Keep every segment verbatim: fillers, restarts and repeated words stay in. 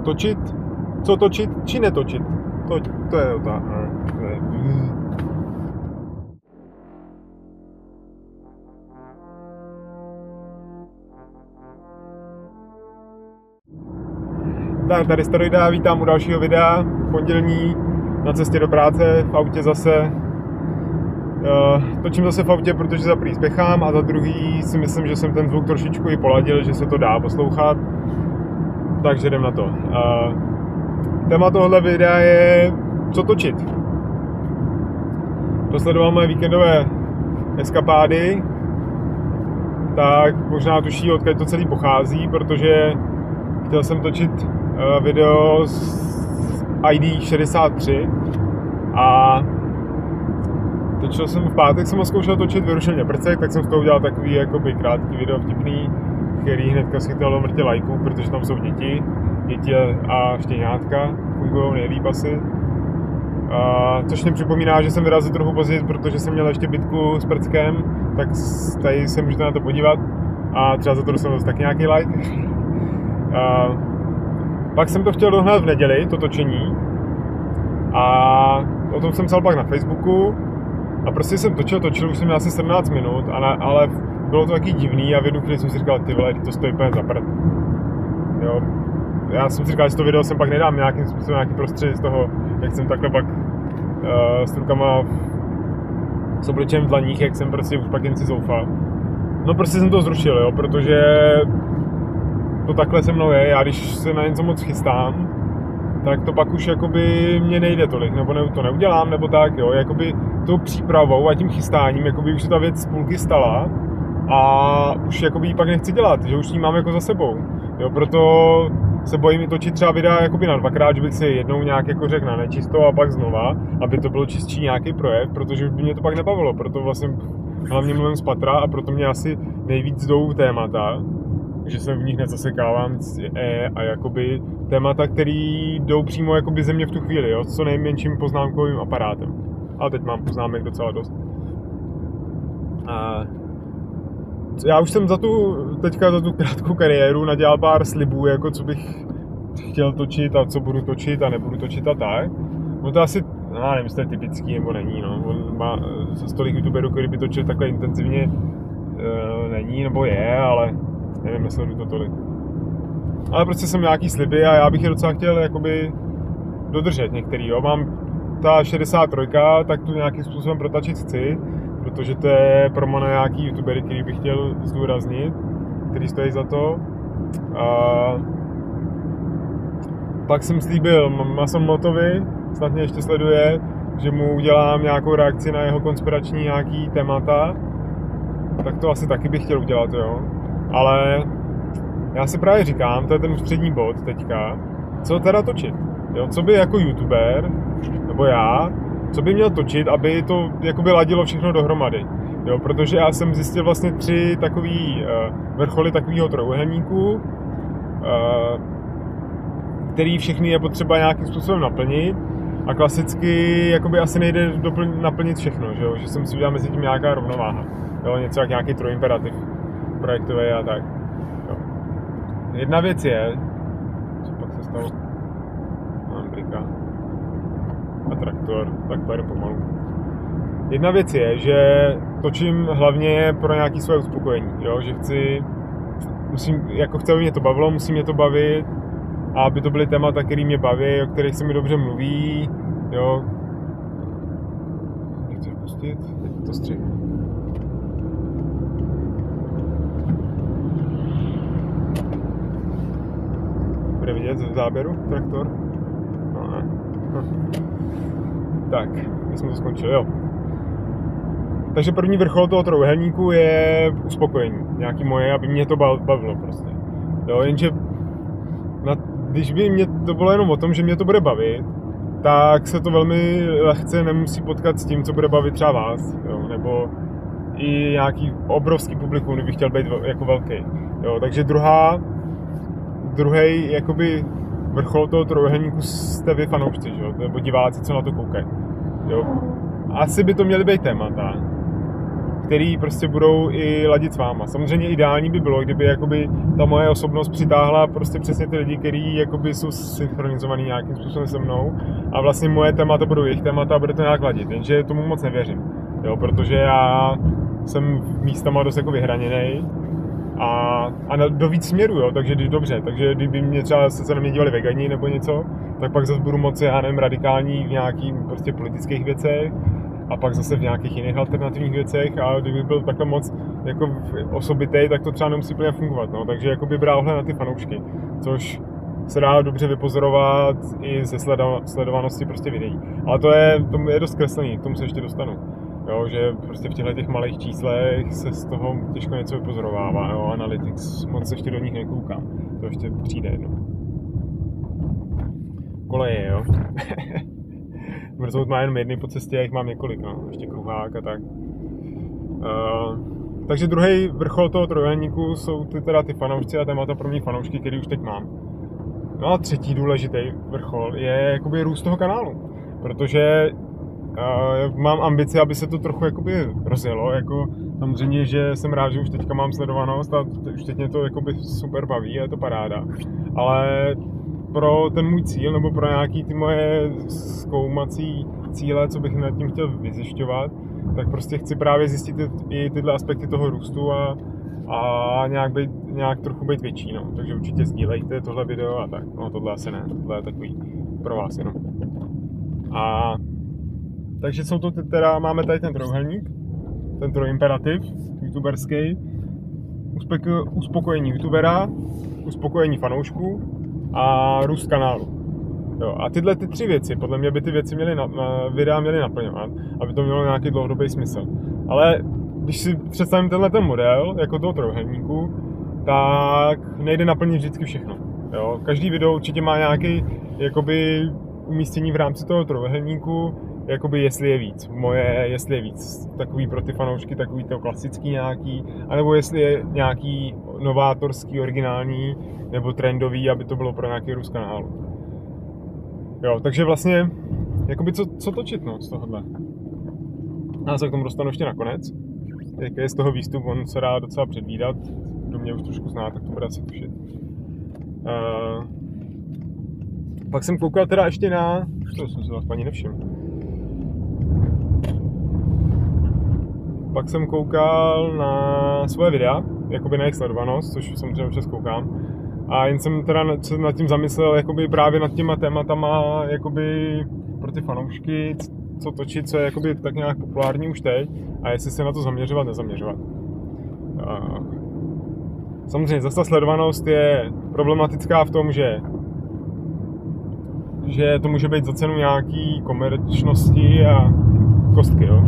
točit, co točit, či netočit. To, to je otázka. Tak, tady Steroida, vítám u dalšího videa, pondělní, na cestě do práce, v autě zase. Uh, točím zase v autě, protože za prvý spěchám a za druhý si myslím, že jsem ten zvuk trošičku i poladil, že se to dá poslouchat. Takže jdem na to. Uh, téma tohohle videa je, co točit. Kdo sledoval moje víkendové eskapády, tak možná tuší, odkud to celý pochází, protože chtěl jsem točit uh, video s I D šedesát tři a točil jsem v pátek, jsem ho zkoušel točit vyrušeně prcek, tak jsem z toho udělal takový jakoby krátký video vtipný, který hnedka schytalo mrtě lajků, protože tam jsou děti, děti a štěňátka, fungujou nejlíp asi. A, což mi připomíná, že jsem vyrazil trochu později, protože jsem měl ještě bitku s prckem, tak tady se můžete na to podívat a třeba za to dostanu zase tak nějaký like. A, pak jsem to chtěl dohnat v neděli, to točení, a o tom jsem psal pak na Facebooku. A prostě jsem točil, točil, už jsem měl asi sedmnáct minut, ale, ale bylo to taky divný a v jednu chvíli jsem si říkal, ty vole, to stojí úplně za prd. Jo. Já jsem si říkal, že to video jsem pak nedám nějakým způsobem, nějaký prostředí z toho, jak jsem takhle pak uh, s rukama s obličem v dlaních, jak jsem prostě už pak jen si zoufal. No prostě jsem to zrušil, jo, protože to takhle se mnou je, já když se na něco moc chystám, tak to pak už jakoby mě nejde tolik, nebo ne, to neudělám, nebo tak, jo, jakoby tou přípravou a tím chystáním, jakoby už se ta věc z půlky stala a už jakoby ji pak nechci dělat, že už ji mám jako za sebou, jo, proto se bojím i točit třeba videa jakoby na dvakrát, že bych si jednou nějak jako řekl na nečisto a pak znova, aby to bylo čistší nějaký projev, protože už by mě to pak nebavilo, proto vlastně hlavně mluvím z patra a proto mě asi nejvíc jdou témata, že se v nich nezasekávám a jakoby témata, který jdou přímo jakoby ze mě v tu chvíli, jo, s co nejmenším poznámkovým aparátem. Ale teď mám poznámek docela dost. A já už jsem za tu, teďka za tu krátkou kariéru nadělal pár slibů, jako co bych chtěl točit a co budu točit a nebudu točit a tak. No to asi, no, nevím, jestli to je typický nebo není, no. On má ze stolik youtuberů, který by točil takhle intenzivně, e, není, nebo je, ale nevím, nesleduji to tolik. Ale prostě jsem nějaký sliby a já bych je docela chtěl jakoby dodržet některý, jo. Mám ta šedesát tři, tak tu nějakým způsobem protačit chci, protože to je promo na nějaký youtubery, který bych chtěl zdůraznit, který stojí za to. A pak jsem slíbil Mason Motovi, snad mě ještě sleduje, že mu udělám nějakou reakci na jeho konspirační nějaký témata, tak to asi taky bych chtěl udělat, jo. Ale já si právě říkám, to je ten střední bod teďka, co teda točit, jo, co by jako youtuber, nebo já, co by měl točit, aby to jakoby ladilo všechno dohromady, jo, protože já jsem zjistil vlastně tři takový uh, vrcholy takového trojuhelníku, uh, který všechny je potřeba nějakým způsobem naplnit a klasicky jakoby asi nejde doplň, naplnit všechno, že jo, že jsem si udělal mezi tím nějaká rovnováha, jo, něco jak nějaký trojimperativ projektový a tak. Jo. Jedna věc je, co pak se stalo? Mám blika. A traktor, tak pojedu pomalu. Jedna věc je, že točím hlavně pro nějaké svoje uspokojení, jo, že chci, musím, jako chci, aby mě to bavilo, musí mě to bavit a aby to byly témata, které mě baví, o kterých se mi dobře mluví, jo. Nechceš pustit? Teď to střihnu. Bude vidět v záběru traktor? No ne. Hm. Tak, my jsme to skončili, jo. Takže první vrchol toho trojuhelníku je uspokojení. Nějaký moje, aby mě to bavilo prostě. Jo, jenže na, když by mě to bylo jenom o tom, že mě to bude bavit, tak se to velmi lehce nemusí potkat s tím, co bude bavit třeba vás, jo, nebo i nějaký obrovský publikum, kdybych chtěl být jako velký. Jo, takže druhá druhý jakoby vrchol toho trojuhelníku jste vy fanoušci, že jo? Nebo diváci, co na to koukají. Jo? Asi by to měly být témata, který prostě budou i ladit s váma. Samozřejmě ideální by bylo, kdyby jakoby ta moje osobnost přitáhla prostě přesně ty lidi, kteří jakoby jsou synchronizovaný nějakým způsobem se mnou a vlastně moje témata budou jejich témata a bude to nějak ladit, jenže tomu moc nevěřím, jo, protože já jsem místama dost jako vyhraněnej a, a do víc směru, jo, takže když dobře, takže kdyby mě třeba se na mě dívali vegani nebo něco, tak pak zase budu moci, já nevím, radikální v nějakých prostě politických věcech a pak zase v nějakých jiných alternativních věcech a kdyby byl takhle moc jako osobitej, tak to třeba nemusí úplně fungovat, no, takže jako by bral na ty fanoušky, což se dá dobře vypozorovat i ze sledovanosti prostě videí, ale to je, to je dost kreslený, k tomu se ještě dostanu. Jo, že prostě v těchto těch malých číslech se z toho těžko něco vypozorovává, jo, Analytics, moc ještě do nich nekoukám, to ještě přijde jedno. Koleje, jo. Mrzout má jenom jedny po cestě, já jich mám několik, no, ještě kruhák a tak. Uh, takže druhý vrchol toho trojuhelníku jsou ty, teda ty fanoušci a témata pro mě fanoušky, který už teď mám. No a třetí důležitý vrchol je jakoby růst toho kanálu, protože Uh, mám ambici, aby se to trochu jakoby rozjelo, jako samozřejmě, že jsem rád, že už teďka mám sledovanost a už teď mě to jakoby super baví a je to paráda, ale pro ten můj cíl, nebo pro nějaký ty moje zkoumací cíle, co bych nad tím chtěl vyzjišťovat, tak prostě chci právě zjistit i tyhle aspekty toho růstu a, a nějak, být, nějak trochu být větší, no. Takže určitě sdílejte tohle video a tak, no tohle asi ne, tohle je takový pro vás jenom. A takže jsou to teda, máme tady ten trojuhelník, ten trojimperativ youtuberský, uspokojení youtubera, uspokojení fanoušků a růst kanálu. Jo, a tyhle ty tři věci, podle mě by ty věci měly na, na, videa měly naplňovat, aby to mělo nějaký dlouhodobý smysl. Ale když si představím tenhle ten model, jako toho trojuhelníku, tak nejde naplnit vždycky všechno. Jo, každý video určitě má nějaký jakoby umístění v rámci toho trojuhelníku, jakoby jestli je víc, moje jestli je víc, takový pro ty fanoušky, takový to klasický nějaký, anebo jestli je nějaký novátorský, originální, nebo trendový, aby to bylo pro nějaký růst kanálu. Jo, takže vlastně, jakoby co, co točit, no, z tohohle. Já se k tomu dostanu ještě nakonec, jaký je z toho výstup, on se dá docela předvídat, kdo mě už trošku zná, tak to bude asi tušit. Uh, pak jsem koukal teda ještě na, to jsem se vás paní nevšiml, Pak jsem koukal na svoje videa, jakoby na jejich sledovanost, což samozřejmě občas koukám. A jen jsem teda se nad tím zamyslel, jakoby právě nad těma tématama, jakoby pro ty fanoušky, co točit, co je jakoby tak nějak populární už teď a jestli se na to zaměřovat, nezaměřovat. Samozřejmě zase ta sledovanost je problematická v tom, že že to může být za cenu nějaký komerčnosti a kostky, jo.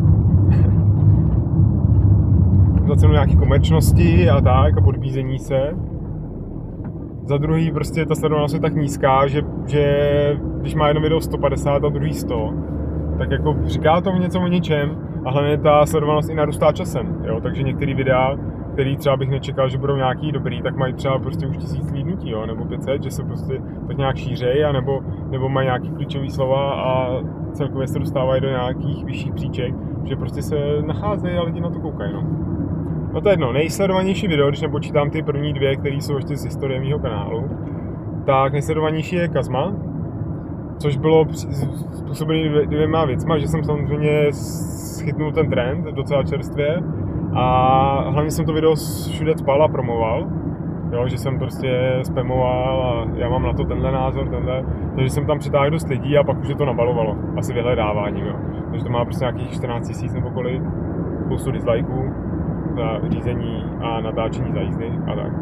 Za cenu nějaký komerčnosti a tak a podbízení se. Za druhý prostě ta sledovanost je tak nízká, že, že když má jedno video sto padesát a druhý sto, tak jako říká to něco o něčem a hlavně ta sledovanost i narůstá časem, jo. Takže některé videa, který třeba bych nečekal, že budou nějaký dobrý, tak mají třeba prostě už tisíc lídnutí, jo, nebo pět set, že se prostě tak nějak šířejí, a nebo, nebo mají nějaký klíčový slova a celkově se dostávají do nějakých vyšších příček, že prostě se nacházejí a lidi na to koukají, no. No to je jedno, nejsledovanější video, když nepočítám ty první dvě, které jsou ještě z historie mého kanálu, tak nejsledovanější je Kazma, což bylo způsobené dvěma věcma, že jsem samozřejmě schytnul ten trend docela čerstvě a hlavně jsem to video všude spal a promoval, jo, že jsem prostě spamoval a já mám na to tenhle názor, tenhle, takže jsem tam přitáhl dost lidí a pak už je to nabalovalo, asi vyhledáváním, jo. Takže to má prostě nějakých čtrnáct tisíc nebo kolik, spoustu dislikeů za řízení a natáčení za jízdy a tak.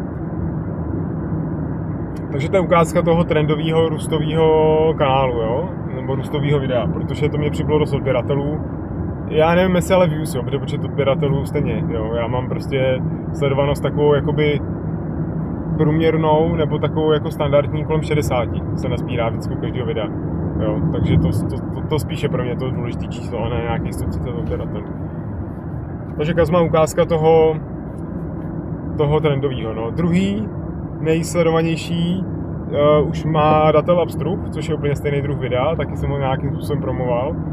Takže to je ukázka toho trendového růstového kanálu, jo, nebo růstového videa, protože to mě přibylo dost odběratelů. Já nevím, jestli ale views, jo, protože počet odběratelů stejně, jo, já mám prostě sledovanost takovou jakoby průměrnou, nebo takovou jako standardní kolem šedesát se nazbírá vždycky u každého videa, jo, takže to, to, to, to spíše pro mě to důležité číslo, a ne nějakých sto třicet odběratelů. Takže Kazma ukázka toho, toho trendového, no. Druhý, nejsledovanější, uh, už má Datel Abstruh, což je úplně stejný druh videa, taky jsem ho nějakým způsobem promoval.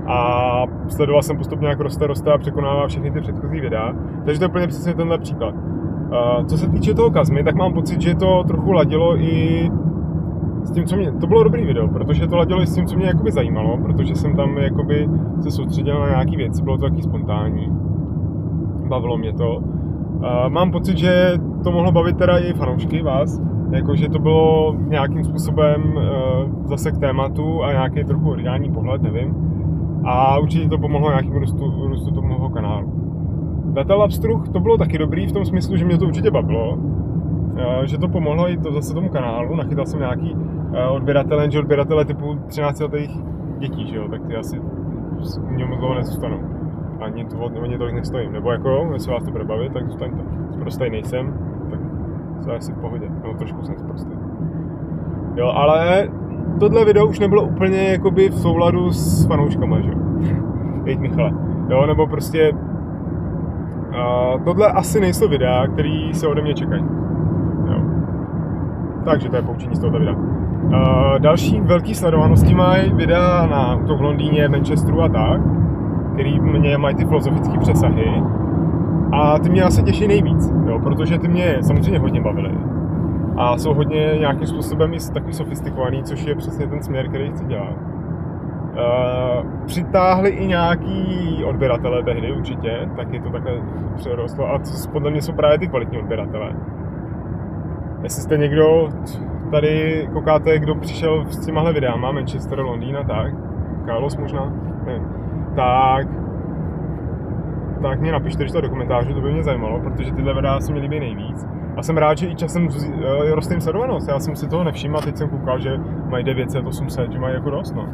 a sledoval jsem postupně, jak roste, roste a překonává všechny ty předchozí videa. Takže to je úplně přesně tenhle příklad. Uh, co se týče toho Kazmy, tak mám pocit, že to trochu ladilo i s tím, co mě, to bylo dobrý video, protože to ladilo i s tím, co mě jakoby zajímalo, protože jsem tam jakoby se soustředil na nějaký věci, bylo to taky spontánní, bavilo mě to. Uh, mám pocit, že to mohlo bavit teda i fanoušky vás, jakože to bylo nějakým způsobem uh, zase k tématu a nějaký trochu originální pohled, nevím. A určitě to pomohlo nějakému růstu, růstu tomu kanálu. Datalabstruh to bylo taky dobrý v tom smyslu, že mě to určitě bavilo, že to pomohlo i to zase tomu kanálu, nachytal jsem nějaký odběratele, jenže odběratele typu třináctiletých dětí, že jo, tak ty asi mě moc dlouho nezůstanou. Ani to, oni tolik nestojím, nebo jako, jestli vás to bude bavit, tak zůstaňte. Sprostej nejsem, tak se asi v pohodě, nebo trošku jsem sprostej. Jo, ale tohle video už nebylo úplně jakoby v souladu s fanouškama, že jo. Jejď Michale, jo, nebo prostě uh, tohle asi nejsou videa, který se ode mě čekají. Jo. Takže to je poučení z tohoto videa. Uh, další velký sledovanosti mají videa na to v Londýně, Manchesteru a tak, který mě mají ty filozofické přesahy. A ty mě asi těší nejvíc, jo, protože ty mě samozřejmě hodně bavily. A jsou hodně nějakým způsobem i takový sofistikovaný, což je přesně ten směr, který chci dělat. Uh, přitáhli i nějaký odběratele tehdy určitě, taky to takhle přerostlo a to podle mě jsou právě ty kvalitní odběratele. Jestli jste někdo tady koukáte, kdo přišel s těmahle videama, Manchester, Londýn a tak, Carlos možná, nevím, tak, tak mě napište, když to do komentářů, to by mě zajímalo, protože tyhle videa se mi líbí nejvíc. A jsem rád, že i časem roste jim sledovanost, já jsem si toho nevšiml a teď jsem koukal, že mají devět set, osm set, že mají jako dost, no.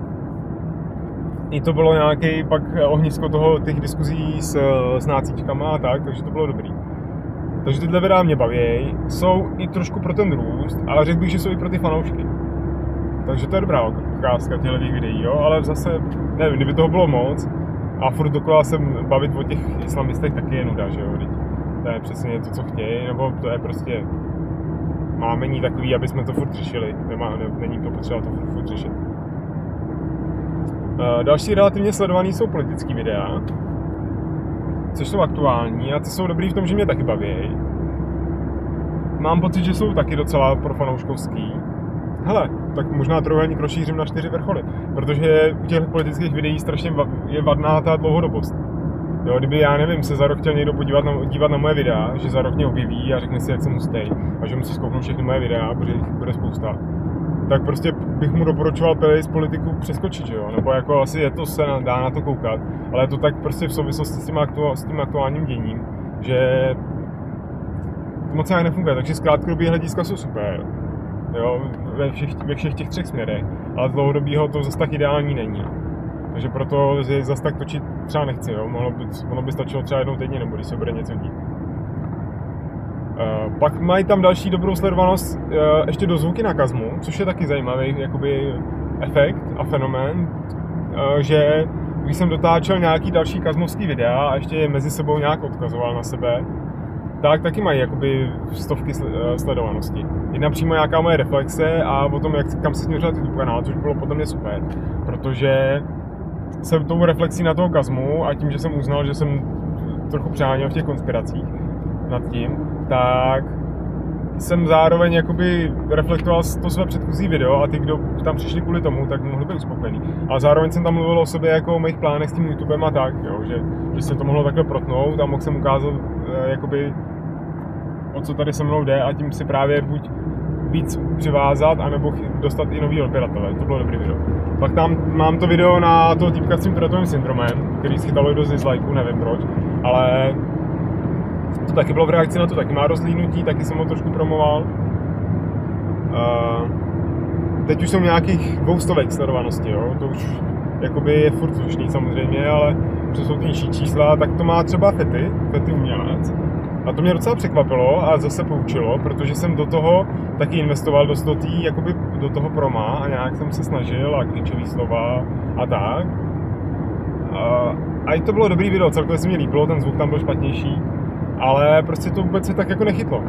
I to bylo nějaký pak ohnisko toho, těch diskuzí s, s nácíčkama a tak, takže to bylo dobrý. Takže tyhle videa mě baví, jsou i trošku pro ten růst, ale řekl bych, že jsou i pro ty fanoušky. Takže to je dobrá ukázka těchto videí, jo, ale zase, nevím, kdyby toho bylo moc a furt dokola se bavit o těch islamistech, taky je nuda, že jo, to je přesně to, co chtějí, nebo to je prostě, máme ní takový, aby jsme to furt řešili, Nemá, ne, není to potřeba to furt, furt řešit. Uh, další relativně sledovaný jsou politický videa, což jsou aktuální a ty jsou dobrý v tom, že mě taky baví. Mám pocit, že jsou taky docela pro fanouškovský. Hele, tak možná trojúhelník rozšířím na čtyři vrcholy, protože u těch politických videí strašně je vadná ta dlouhodobost. Jo, kdyby, já nevím, se za rok chtěl někdo podívat na, dívat na moje videa, že za rok mě objeví a řekne si, jak jsem hustej a že musí zkouknout všechny moje videa, protože jich bude spousta, tak prostě bych mu doporučoval playlist politiku přeskočit, že jo, nebo jako asi je to, se dá na to koukat, ale je to tak prostě v souvislosti s tím, aktu, s tím aktuálním děním, že to moc nějak nefunguje, takže z krátkodobého hlediska jsou super, jo, ve všech, ve všech těch třech směrech, ale z dlouhodobého to zase tak ideální není. Takže proto zase tak točit třeba nechci, jo, mohlo by, ono by stačilo třeba jednou týdně, nebo když se bude něco dít. Uh, pak mají tam další dobrou sledovanost uh, ještě do zvuky na Kazmu, což je taky zajímavý jakoby efekt a fenomén, uh, že když jsem dotáčel nějaký další kazmovský videa a ještě je mezi sebou nějak odkazoval na sebe, tak taky mají jakoby stovky sledovanosti. Jedna přímo nějaká moje reflexe a o tom, jak, kam se směřoval YouTube kanál, což bylo podle mě super, protože jsem tou reflexí na toho Kazmu a tím, že jsem uznal, že jsem trochu přeháněl v těch konspiracích nad tím, tak jsem zároveň jakoby reflektoval to své předchozí video a ty, kdo tam přišli kvůli tomu, tak mohli být uspokojený. Ale zároveň jsem tam mluvil o sobě jako o mých plánech s tím YouTubem a tak, jo, že, že se to mohlo takhle protnout a mohl jsem ukázat jakoby o co tady se mnou jde a tím si právě buď víc přivázat, anebo dostat i nový odběratele. To bylo dobrý video. Pak tam mám to video na toho týpka s tím Tourettovým syndromem, který schytalo i dost dislikeů, nevím proč, ale to taky bylo v reakci na to, taky má rozlínutí, taky jsem ho trošku promoval. Uh, teď už jsou nějakých dvoustovek sledovanosti, jo, to už jakoby je furt slušný samozřejmě, ale co jsou ty nižší čísla, tak to má třeba Fety, Fety umělec. A to mě docela překvapilo a zase poučilo, protože jsem do toho taky investoval dost do, tý, jakoby do toho proma a nějak jsem se snažil a klíčový slova a tak. A, a i to bylo dobrý video, celkově se mi líbilo, ten zvuk tam byl špatnější, ale prostě to vůbec se tak jako nechytlo.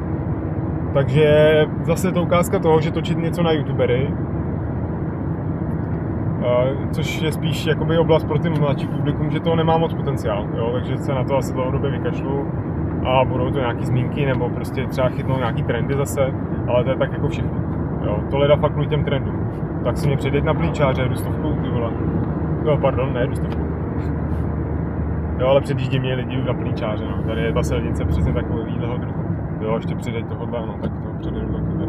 Takže zase je to ukázka toho, že točit něco na youtubery což je spíš jakoby oblast pro ty mladší publikum, že to nemá moc potenciál, jo, takže se na to asi dlouhodobě vykašlu a budou to nějaký zmínky nebo prostě třeba chytnou nějaký trendy zase, ale to je tak jako všechno, jo, to leda fakt kvůli těm trendům. Tak si mě přijdeš na plíčáře, jdu stovku, ty vole. Jo, pardon, ne, jdu stovku. Jo, ale předjíždí mě lidi na plíčáře, no, tady je ta silnice přesně takovýhleho druhu. Jo, ještě přidej tohohle, no, tak to předjedu taky tady.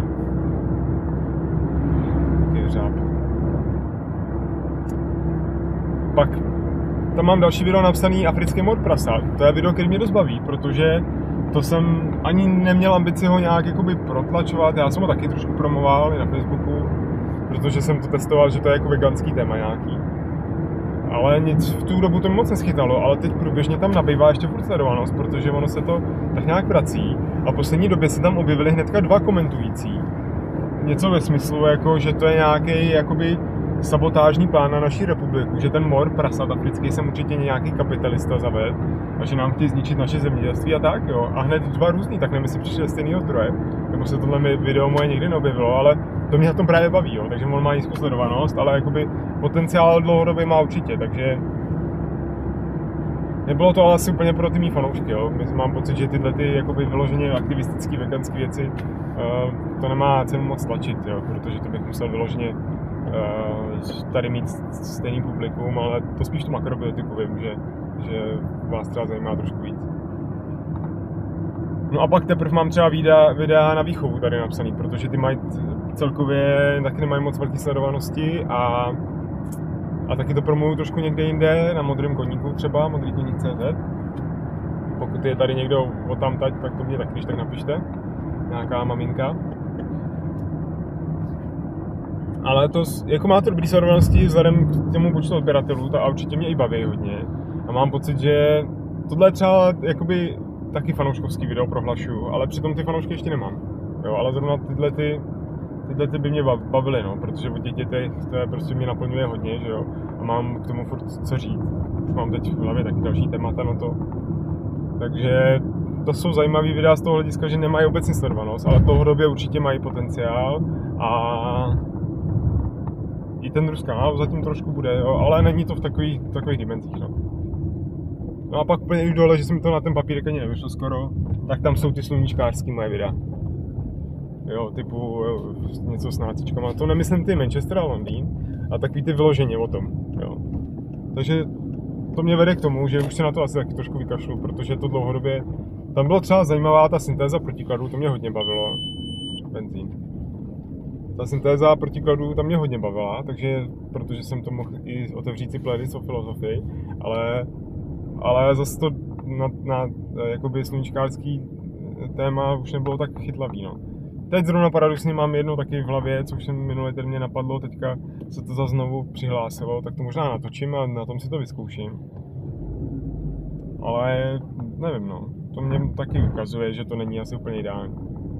Taký řáb. Pak tam mám další video napsaný Africký mor prasa. To je video, který mě dost baví, protože to jsem ani neměl ambici ho nějak jakoby protlačovat. Já jsem ho taky trošku promoval i na Facebooku, protože jsem to testoval, že to je jako veganský téma nějaký. Ale nic v tu dobu to moc neschytalo, ale teď průběžně tam nabývá ještě furt sledovanost, protože ono se to tak nějak vrací a v poslední době se tam objevily hnedka dva komentující. Něco ve smyslu, jako, že to je nějaký jakoby sabotážní plán na naší republiku, že ten mor prasat africký sem určitě nějaký kapitalista zaved a že nám chtějí zničit naše zemědělství a tak, jo. A hned dva různý, tak nevím, jestli přišli z stejného zdroje, nebo se tohle video moje nikdy neobjevilo, ale to mě na tom právě baví, jo. Takže on má nízkou sledovanost, ale jakoby potenciál dlouhodobě má určitě, takže nebylo to ale asi úplně pro ty mý fanoušky, jo. Mám pocit, že tyhle ty jakoby vyloženě aktivistické, veganské věci uh, to nemá cenu moc tlačit, jo, protože to bych musel vyloženě uh, tady mít stejný publikum, ale to spíš tu makrobiotiku vím, že, že vás třeba zajímá trošku víc. No a pak teprve mám třeba videa, videa na výchovu tady napsaný, protože ty mají celkově taky nemají moc velké sledovanosti a A taky to promuju trošku někde jinde, na Modrém koníku třeba, modrý koník tečka cé zet. Pokud je tady někdo od tamtať, tak to mě taky když tak napište. Nějaká maminka. Ale to, jako má to dobrý sledovanosti vzhledem k těmu počtu odběratelů, to a určitě mě i baví hodně. A mám pocit, že tohle je třeba jakoby taky fanouškovský video prohlašuju, ale přitom ty fanoušky ještě nemám. Jo, ale zrovna tyhle ty Tyhle ty by mě bavily, no, protože o těch dětech to je prostě mě naplňuje hodně, že jo, a mám k tomu furt co říct. Už mám teď v hlavě taky další témata na to. Takže to jsou zajímavé videa z toho hlediska, že nemají obecně sledovanost, ale dlouhodobě určitě mají potenciál a i ten Ruska no, zatím trošku bude, jo, ale není to v takových, takových dimenzích, no. No a pak úplně už dole, že jsem to na ten papírek ani nevyšlo skoro, tak tam jsou ty sluníčkářský moje videa. Jo, typu jo, něco s nácičkama, to nemyslím ty Manchester a Londýn, a takový ty vyloženě o tom, jo. Takže to mě vede k tomu, že už se na to asi taky trošku vykašlu, protože to dlouhodobě, tam bylo třeba zajímavá ta syntéza protikladů, to mě hodně bavilo, benzín. Ta syntéza protikladů, tam mě hodně bavila, takže, protože jsem to mohl i otevřít si playlist o filozofii, ale, ale zase to na, na jakoby sluníčkářský téma už nebylo tak chytlavý, no. Teď zrovna paradoxně mám jedno taky v hlavě, co už jsem minulý týden mě napadlo, teďka se to zase znovu přihlásilo, tak to možná natočím a na tom si to vyzkouším. Ale nevím, no, to mě taky ukazuje, že to není asi úplně ideální.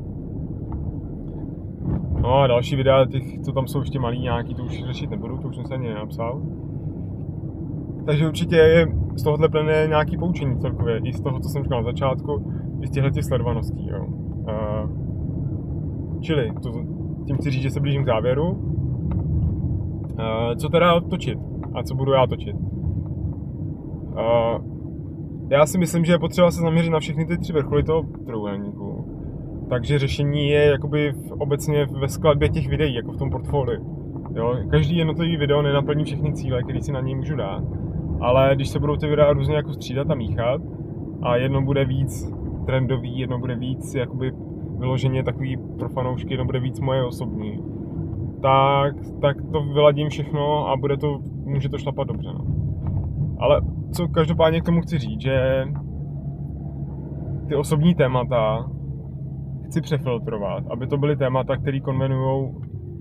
No a další videa, těch, co tam jsou ještě malý nějaký, to už řešit nebudu, to už jsem se ani nenapsal. Takže určitě je z tohohle plyne nějaký poučení celkově, i z toho, co jsem říkal na začátku, i z těchto sledovaností, jo. Uh, Čili, to, tím chci říct, že se blížím k závěru. Uh, co teda točit? A co budu já točit? Uh, já si myslím, že je potřeba se zaměřit na všechny ty tři vrcholy toho trojúhelníku. Takže řešení je jakoby v, obecně ve skladbě těch videí, jako v tom portfoliu. Jo? Každý jednotlivý video nenaplní všechny cíle, které si na něj můžu dát. Ale když se budou ty videa různě jako střídat a míchat, a jedno bude víc trendový, jedno bude víc jakoby vyloženě takový pro fanoušky, jedno bude víc moje osobní, tak, tak to vyladím všechno a bude to, může to šlapat dobře, no. Ale co každopádně k tomu chci říct, že ty osobní témata chci přefiltrovat, aby to byly témata, které konvenujou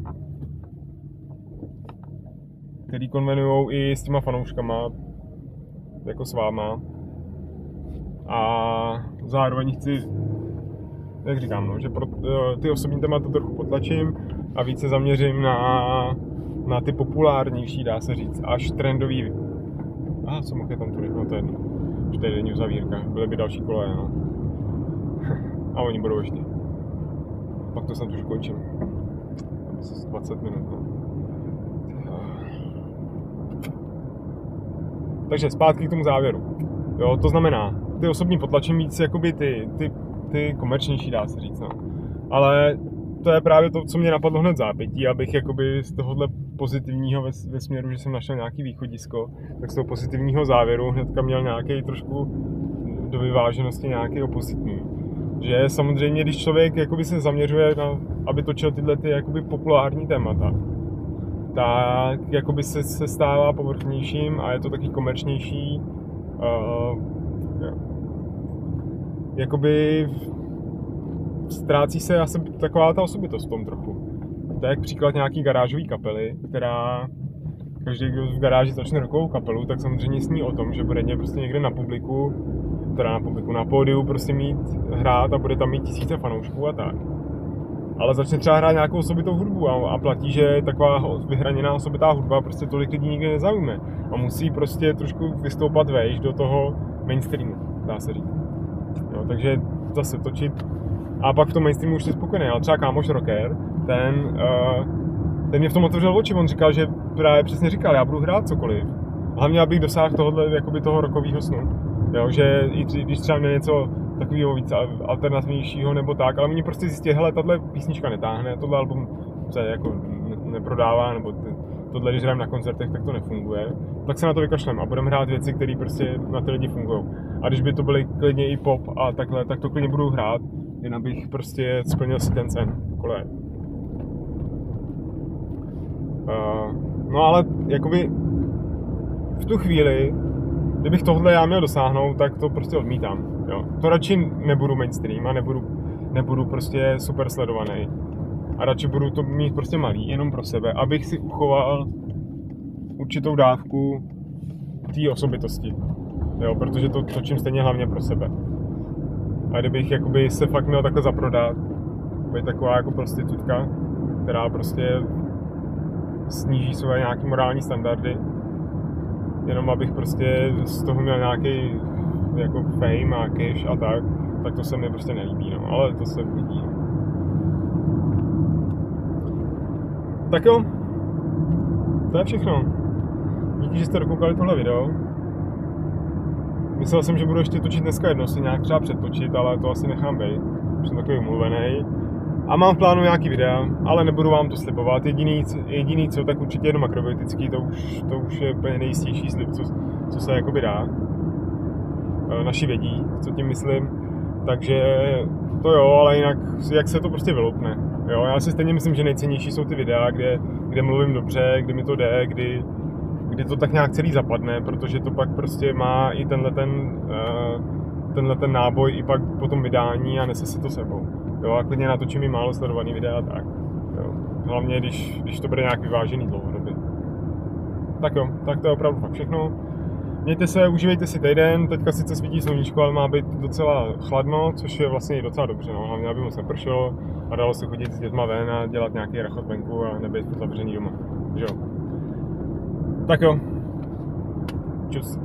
který konvenujou i s těma fanouškama, jako s váma. A zároveň chci, jak říkám, no, že pro ty osobní témata trochu potlačím a víc se zaměřím na, na ty populárnější, dá se říct, až trendový. A ah, co mohl je tam tudy, no to je jedno. Už tady není uzavírka, byly by další koleje, no. A oni budou ještě. Pak to snad už končím. Asi dvacet minut, no. Takže zpátky k tomu závěru. Jo, to znamená, ty osobní potlačím víc jakoby ty, ty, ty komerčnější, dá se říct, no. Ale to je právě to, co mě napadlo hned v zápětí, abych jakoby z tohohle pozitivního ve, ve směru, že jsem našel nějaký východisko, tak z toho pozitivního závěru hnedka měl nějaký trošku do vyváženosti nějaký opozitní. Že samozřejmě, když člověk jakoby se zaměřuje na, aby točil tyhle ty jakoby populární témata, tak jakoby se, se stává povrchnějším a je to taky komerčnější. Uh, jakoby ztrácí se asi taková ta osobitost v tom trochu. To je jak příklad nějaký garážový kapely, která každý, kdo v garáži začne rockovou kapelu, tak samozřejmě sní o tom, že bude prostě někde na publiku, teda na publiku, na pódiu prostě mít, hrát a bude tam mít tisíce fanoušků a tak. Ale začne třeba hrát nějakou osobitou hudbu a, a platí, že taková vyhraněná osobitá hudba prostě tolik lidí nikdy nezaujme. A musí prostě trošku vystoupat vejš do toho mainstreamu, dá se říct. Jo, takže zase točit. A pak v tom mainstreamu už je spokojený, ale třeba kámoš rocker, ten, uh, ten mě v tom otevřel oči, on říkal, že právě přesně říkal, já budu hrát cokoliv. Hlavně abych dosáhl tohohle, jakoby toho rockového snu. Jo, že i když třeba měl něco takového víc alternativnějšího nebo tak, ale oni prostě zjistí, hele, tahle písnička netáhne, tohle album se jako neprodává, nebo tohle, když hrajeme na koncertech, tak to nefunguje, tak se na to vykašlem a budeme hrát věci, které prostě na ty lidi fungují. A když by to byly klidně i pop a takhle, tak to klidně budu hrát, jen abych prostě splnil si ten sen. Kole. Uh, no ale jakoby v tu chvíli, kdybych tohle já měl dosáhnout, tak to prostě odmítám. Jo. To radši nebudu mainstream a nebudu, nebudu prostě super sledovaný. A radši budu to mít prostě malý, jenom pro sebe, abych si uchoval určitou dávku té osobitosti. Jo, protože to točím stejně hlavně pro sebe. A kdybych jakoby se fakt měl takhle zaprodat, být taková jako prostitutka, která prostě sníží své nějaký morální standardy, jenom abych prostě z toho měl nějaký jako fame a cash a tak, tak to se mi prostě nelíbí, no, ale to se uvidí. Tak jo, to je všechno. Díky, že jste dokoukali tohle video. Myslel jsem, že budu ještě točit dneska jedno, si nějak třeba předtočit, ale to asi nechám být. Už jsem takový umluvený. A mám v plánu nějaký videa, ale nebudu vám to slibovat. Jediný, jediný co, tak určitě jenom makrobiotický, to už, to už je úplně nejistější slib, co, co se jakoby dá. Naši vědí, co tím myslím. Takže to jo, ale jinak, jak se to prostě vyloupne. Jo, já si stejně myslím, že nejcennější jsou ty videa, kde, kde mluvím dobře, kdy mi to jde, kdy, kdy to tak nějak celý zapadne, protože to pak prostě má i tenhle ten, tenhle ten náboj i pak po tom vydání a nese si to sebou. Jo, a klidně natočím i málo sledovaný videa, tak. Jo. Hlavně, když, když to bude nějak vyvážený dlouhodobě. Tak jo, tak to je opravdu fakt všechno. Mějte se, užívejte si týden, teďka sice svítí sluníčko, ale má být docela chladno, což je vlastně i docela dobře, no. Hlavně, aby moc nepršelo a dalo se chodit s dětma ven a dělat nějaký rachot venku a nebejt zavřený doma. Jo. Tak jo. Čus.